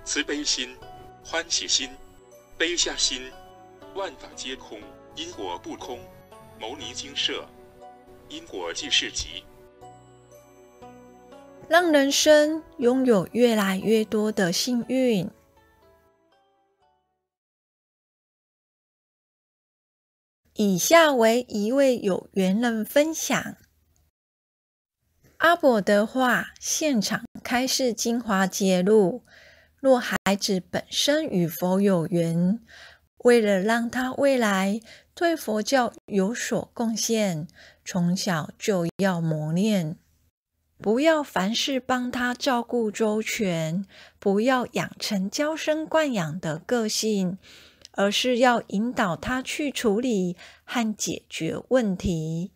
慈悲心、欢喜心、悲下心，万法皆空，因果不空。牟尼精舍，因果即是集， 让人生拥有越来越多的幸运。以下为一位有缘人分享。阿伯的话现场开示精华节录，若孩子本身与佛有缘，为了让他未来对佛教有所贡献，从小就要磨练，不要凡事帮他照顾周全，不要养成娇生惯养的个性，而是要引导他去处理和解决问题。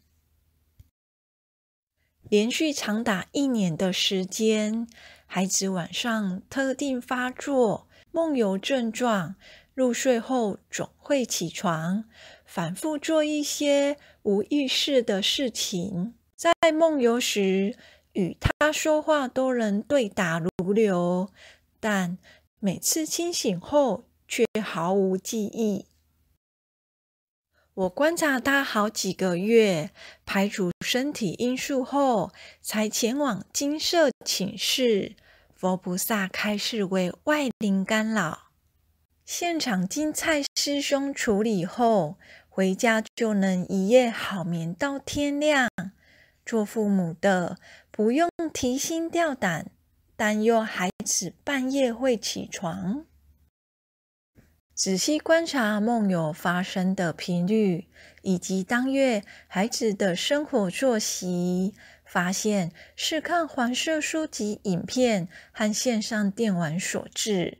连续长达1年的时间，孩子晚上特定发作，梦游症状，入睡后总会起床，反复做一些无意识的事情。在梦游时，与他说话都能对答如流，但每次清醒后却毫无记忆。我观察他好几个月，排除身体因素后，才前往精舍请示。佛菩萨开示为外灵干扰，现场经蔡师兄处理后，回家就能一夜好眠到天亮。做父母的不用提心吊胆，担忧孩子半夜会起床。仔细观察梦游发生的频率，以及当月孩子的生活作息，发现是看黄色书籍、影片和线上电玩所致。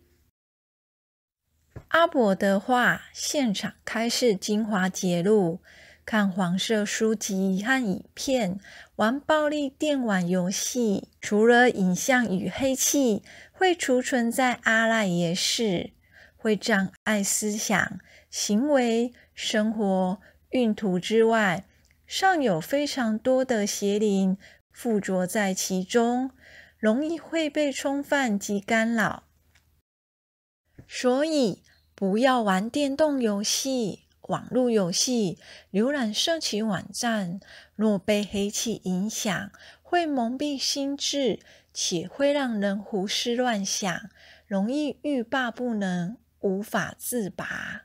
阿伯的话现场开示精华节录，看黄色书籍和影片，玩暴力电玩游戏，除了影像与黑气会储存在阿赖耶识，会障碍思想、行为、生活、运途之外，尚有非常多的邪灵附着在其中，容易会被冲犯及干扰。所以不要玩电动游戏、网络游戏、浏览色情网站，若被黑气影响，会蒙蔽心智，且会让人胡思乱想，容易欲罢不能，无法自拔。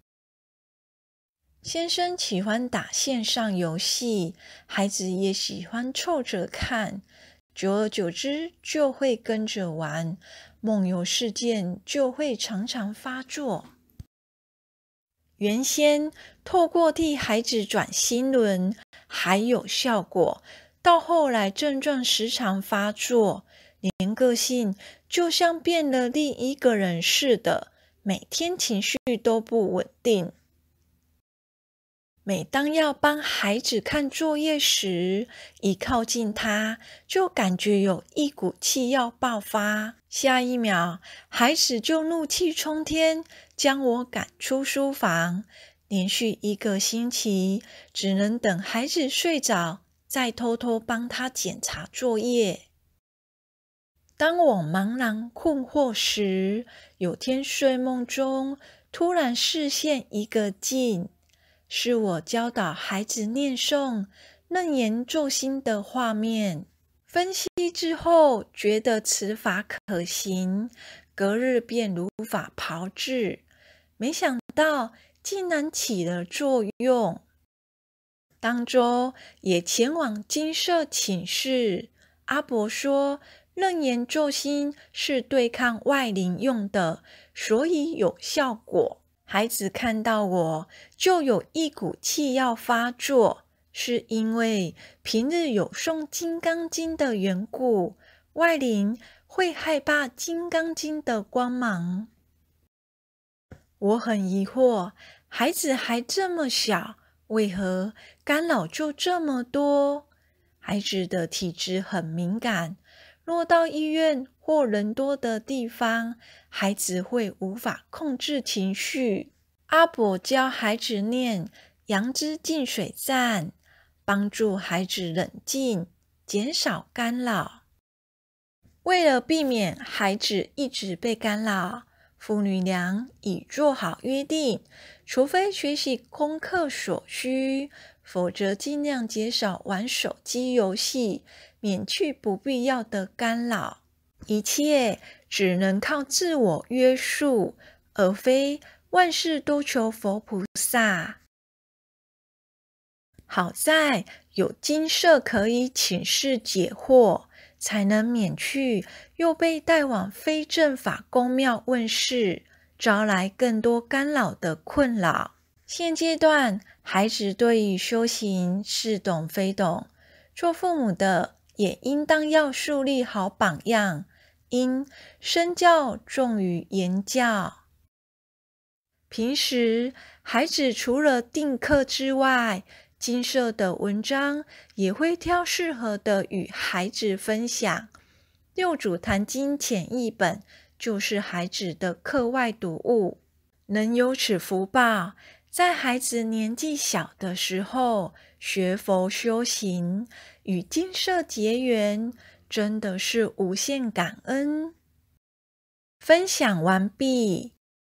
先生喜欢打线上游戏，孩子也喜欢凑着看，久而久之就会跟着玩，梦游事件就会常常发作。原先透过替孩子转心轮还有效果，到后来症状时常发作，连个性就像变了另一个人似的，每天情绪都不稳定。每当要帮孩子看作业时，一靠近他，就感觉有一股气要爆发。下一秒，孩子就怒气冲天，将我赶出书房。连续1个星期，只能等孩子睡着，再偷偷帮他检查作业。当我茫然困惑时，有天睡梦中，突然视线一个劲，是我教导孩子念诵楞严咒心的画面。分析之后，觉得此法可行，隔日便如法炮制，没想到竟然起了作用。当周也前往精舍请示，阿伯说楞严咒心是对抗外灵用的，所以有效果。孩子看到我就有一股气要发作，是因为平日有诵《金刚经》的缘故，外灵会害怕《金刚经》的光芒。我很疑惑，孩子还这么小，为何干扰就这么多？孩子的体质很敏感，若到医院或人多的地方，孩子会无法控制情绪。阿伯教孩子念阳之净水赞，帮助孩子冷静，减少干扰。 为了避免孩子一直被干扰，父女俩已做好约定，除非学习功课所需，否则尽量减少玩手机游戏，免去不必要的干扰。一切只能靠自我约束，而非万事都求佛菩萨。好在有精舍可以请示解惑，才能免去又被带往非正法宫庙问事，招来更多干扰的困扰。现阶段孩子对于修行似懂非懂，做父母的也应当要树立好榜样，应身教重于言教。平时孩子除了订课之外，精舍的文章也会挑适合的与孩子分享。六祖坛经简译本就是孩子的课外读物，能有此福报，在孩子年纪小的时候学佛修行，与精舍结缘，真的是无限感恩。分享完毕。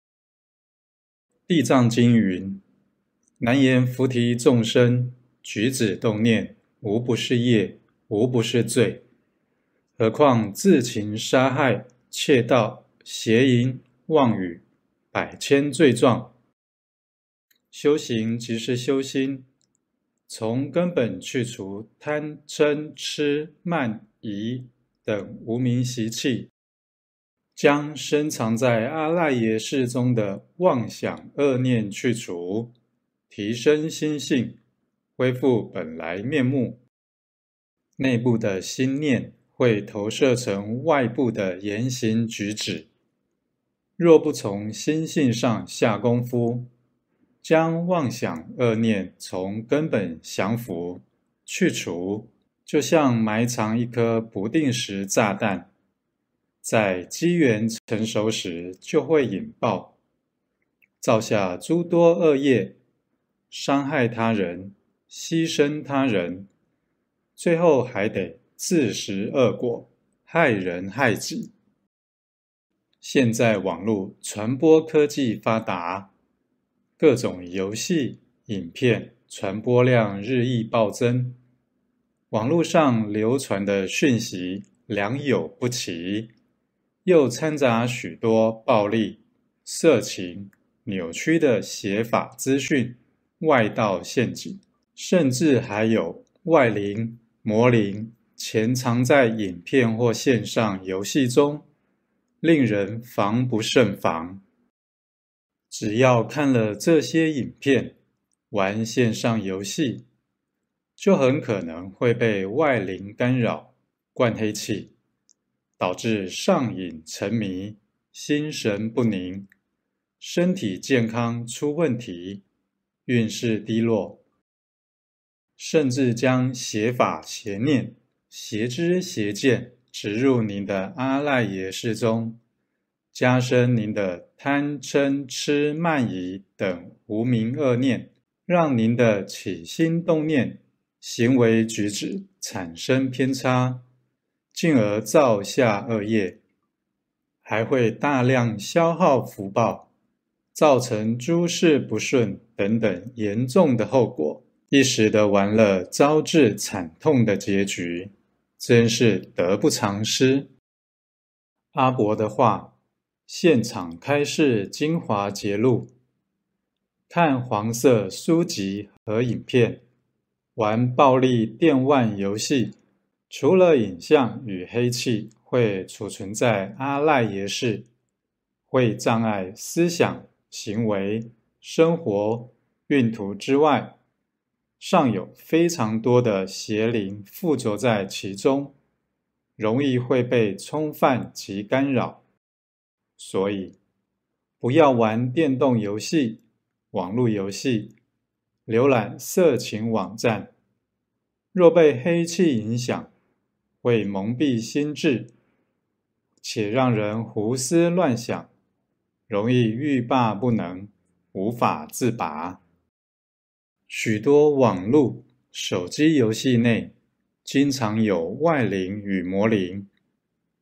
地藏经云：难言菩提众生，举止动念，无不是业，无不是罪。何况自情杀害、窃盗、邪淫、妄语，百千罪状。修行即是修心，从根本去除贪嗔痴慢疑等无明习气，将深藏在阿赖耶识中的妄想恶念去除，提升心性，恢复本来面目。内部的心念会投射成外部的言行举止，若不从心性上下功夫，将妄想恶念从根本降服去除，就像埋藏一颗不定时炸弹，在机缘成熟时就会引爆，造下诸多恶业，伤害他人，牺牲他人，最后还得自食恶果，害人害己。现在网络传播科技发达，各种游戏、影片传播量日益暴增，网络上流传的讯息良莠不齐，又掺杂许多暴力、色情、扭曲的邪法资讯、外道陷阱，甚至还有外灵、魔灵潜藏在影片或线上游戏中，令人防不胜防。只要看了这些影片，玩线上游戏，就很可能会被外灵干扰、灌黑气，导致上瘾沉迷、心神不宁，身体健康出问题，运势低落，甚至将邪法邪念、邪知邪见植入您的阿赖耶识中，加深您的贪嗔痴慢疑等无明恶念，让您的起心动念、行为举止产生偏差，进而造下恶业，还会大量消耗福报，造成诸事不顺等等严重的后果，一时的玩乐招致惨痛的结局，真是得不偿失。阿伯的话，现场开示精华节录，看黄色书籍和影片，玩暴力电玩游戏，除了影像与黑气会储存在阿赖耶识，会障碍思想、行为、生活、运途之外，尚有非常多的邪灵附着在其中，容易会被冲犯及干扰。所以，不要玩电动游戏、网络游戏，浏览色情网站。若被黑气影响，会蒙蔽心智，且让人胡思乱想，容易欲罢不能，无法自拔。许多网络、手机游戏内，经常有外灵与魔灵，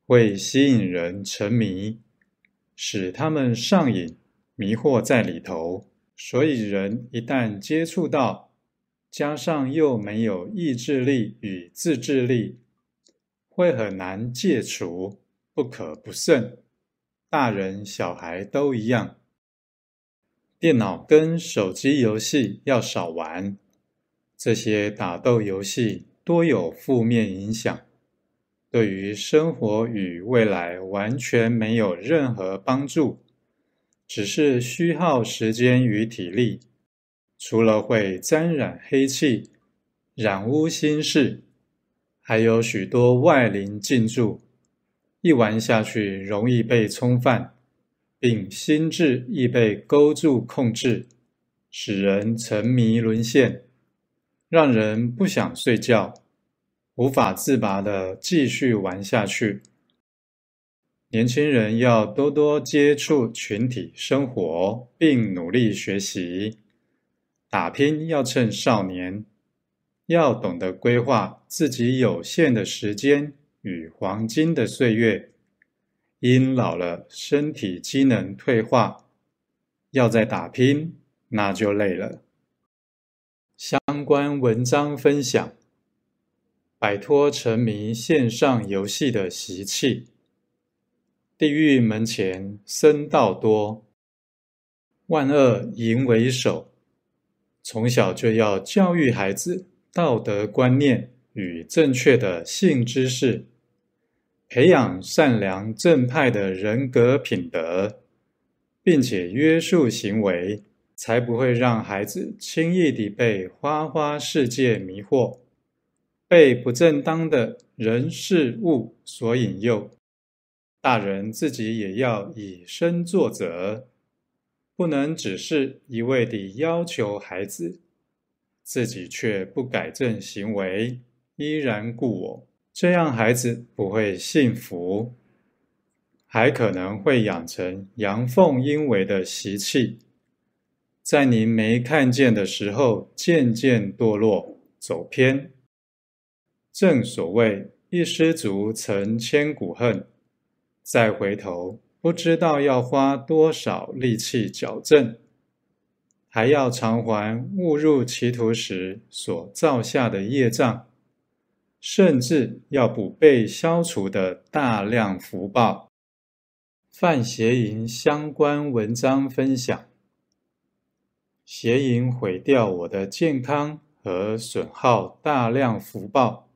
会吸引人沉迷，使他们上瘾，迷惑在里头。所以人一旦接触到，加上又没有意志力与自制力，会很难戒除，不可不慎。大人小孩都一样。电脑跟手机游戏要少玩，这些打斗游戏多有负面影响，对于生活与未来完全没有任何帮助，只是虚耗时间与体力，除了会沾染黑气、染污心事，还有许多外灵进驻，一玩下去容易被冲犯，并心智易被勾住控制，使人沉迷沦陷，让人不想睡觉，无法自拔地继续玩下去。年轻人要多多接触群体生活，并努力学习。打拼要趁少年，要懂得规划自己有限的时间与黄金的岁月。因老了，身体机能退化，要再打拼，那就累了。相关文章分享：摆脱沉迷线上游戏的习气。地狱门前僧道多，万恶淫为首。从小就要教育孩子道德观念与正确的性知识，培养善良正派的人格品德，并且约束行为，才不会让孩子轻易地被花花世界迷惑，被不正当的人事物所引诱。大人自己也要以身作则，不能只是一味地要求孩子，自己却不改正行为，依然故我，这样孩子不会幸福，还可能会养成阳奉阴违的习气，在您没看见的时候渐渐堕落走偏。正所谓一失足成千古恨，再回头不知道要花多少力气矫正，还要偿还误入歧途时所造下的业障，甚至要补被消除的大量福报。犯邪淫相关文章分享：邪淫毁掉我的健康和损耗大量福报。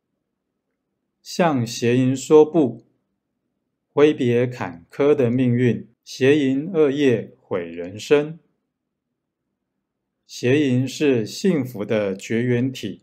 向邪淫说不，挥别坎坷的命运，邪淫恶业毁人生。邪淫是幸福的绝缘体，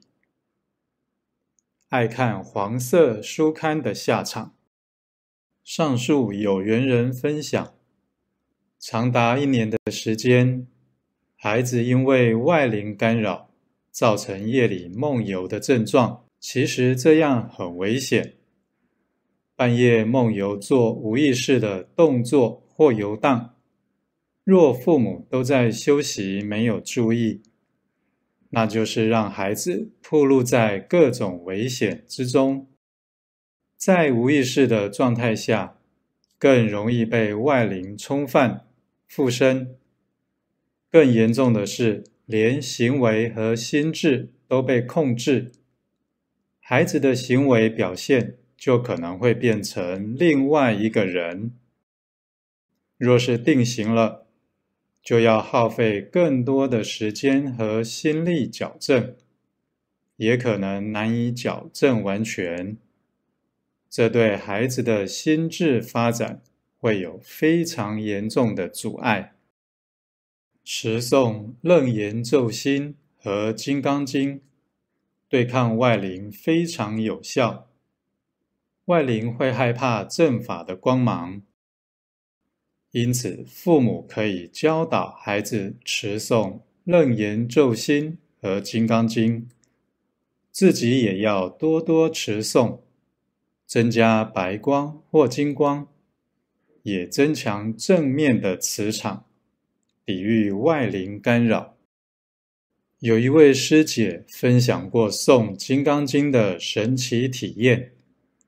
爱看黄色书刊的下场。上述有缘人分享，长达1年的时间，孩子因为外灵干扰，造成夜里梦游的症状。其实这样很危险，半夜梦游做无意识的动作或游荡，若父母都在休息没有注意，那就是让孩子暴露在各种危险之中。在无意识的状态下，更容易被外灵冲犯附身。更严重的是，连行为和心智都被控制，孩子的行为表现就可能会变成另外一个人。若是定型了，就要耗费更多的时间和心力矫正，也可能难以矫正完全。这对孩子的心智发展会有非常严重的阻碍。持诵楞严咒心和金刚经，对抗外灵非常有效。外灵会害怕正法的光芒，因此父母可以教导孩子持诵楞严咒心和金刚经，自己也要多多持诵，增加白光或金光，也增强正面的磁场，抵御外灵干扰。有一位师姐分享过诵金刚经的神奇体验，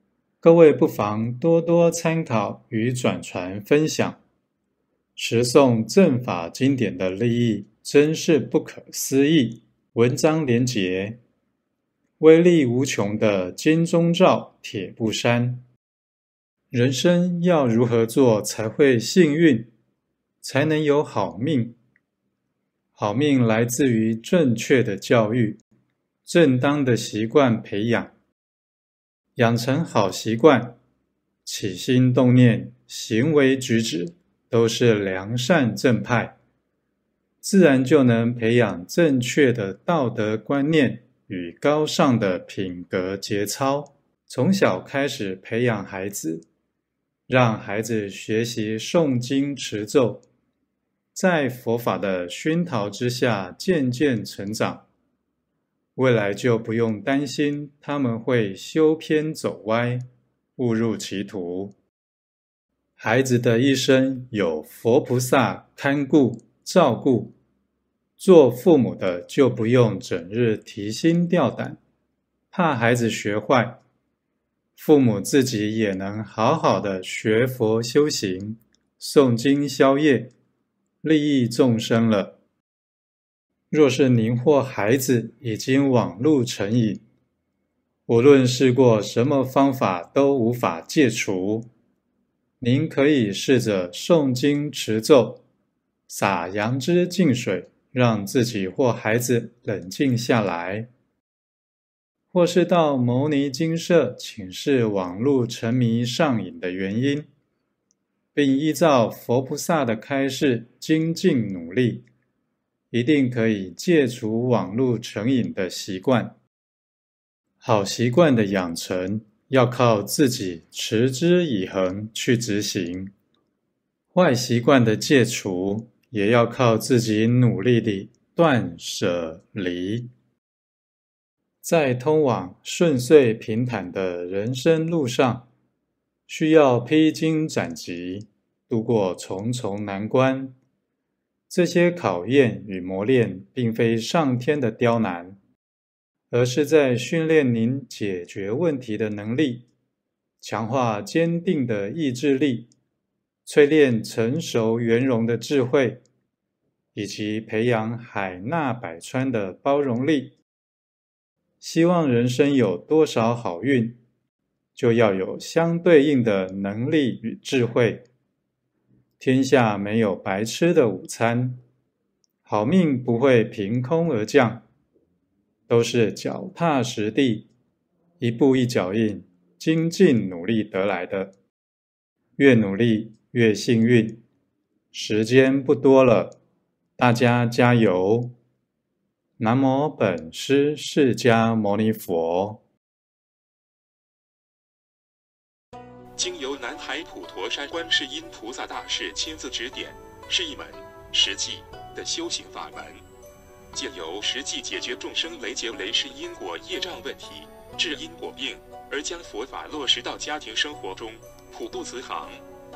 各位不妨多多参考与转传分享。持诵正法经典的利益真是不可思议。文章连结：威力无穷的金钟罩铁布衫。人生要如何做才会幸运，才能有好命？好命来自于正确的教育，正当的习惯培养。养成好习惯，起心动念、行为举止都是良善正派，自然就能培养正确的道德观念与高尚的品格节操。从小开始培养孩子，让孩子学习诵经持咒，在佛法的熏陶之下渐渐成长，未来就不用担心他们会修偏走歪，误入歧途。孩子的一生有佛菩萨看顾照顾，做父母的就不用整日提心吊胆，怕孩子学坏，父母自己也能好好的学佛修行，诵经消业，利益众生了。若是您或孩子已经网路成瘾，无论试过什么方法都无法戒除，您可以试着诵经持咒，洒杨枝净水，让自己或孩子冷静下来，或是到牟尼精舍请示网路沉迷上瘾的原因，并依照佛菩萨的开示精进努力，一定可以戒除网路成瘾的习惯。好习惯的养成要靠自己持之以恒去执行，坏习惯的戒除也要靠自己努力地断舍离。在通往顺遂平坦的人生路上，需要披荆斩棘，度过重重难关。这些考验与磨练并非上天的刁难，而是在训练您解决问题的能力，强化坚定的意志力，淬炼成熟圆融的智慧，以及培养海纳百川的包容力。希望人生有多少好运，就要有相对应的能力与智慧。天下没有白吃的午餐，好命不会凭空而降，都是脚踏实地，一步一脚印，精进努力得来的。越努力越幸运。时间不多了，大家加油！南无本师释迦牟尼佛。 经由南海普陀山观世音菩萨大士亲自指点，是一门实际的修行法门，借由实际解决众生累劫累世因果业障问题，治因果病，而将佛法落实到家庭生活中，普度慈航。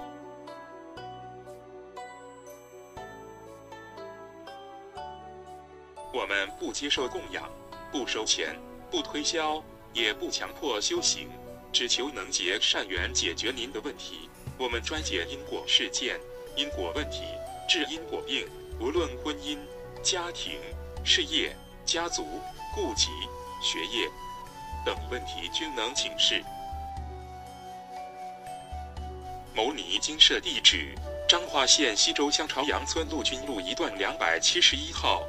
我们不接受供养，不收钱，不推销，也不强迫修行，只求能结善缘，解决您的问题。我们专解因果事件、因果问题，治因果病，无论婚姻、家庭、事业、家族、顾及、学业等问题均能请示。牟尼精舍地址：彰化县西周乡朝阳村陆军路一段271号。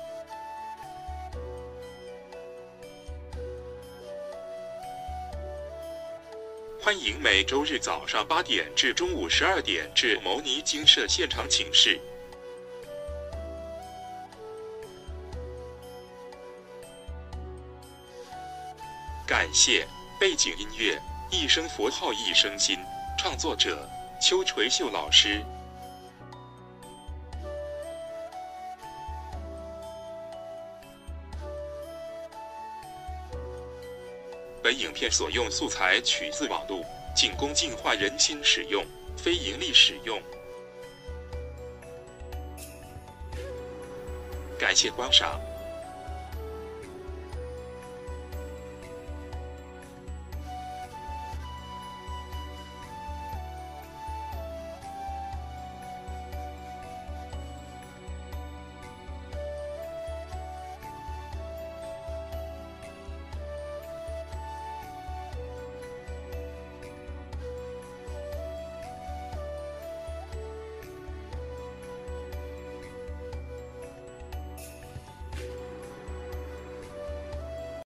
欢迎每周日早上8点至中午12点至牟尼精舍现场请示。感谢背景音乐《一声佛号一声心》，创作者邱垂秀老师。本影片所用素材取自网络，仅供净化人心使用，非盈利使用。感谢观赏。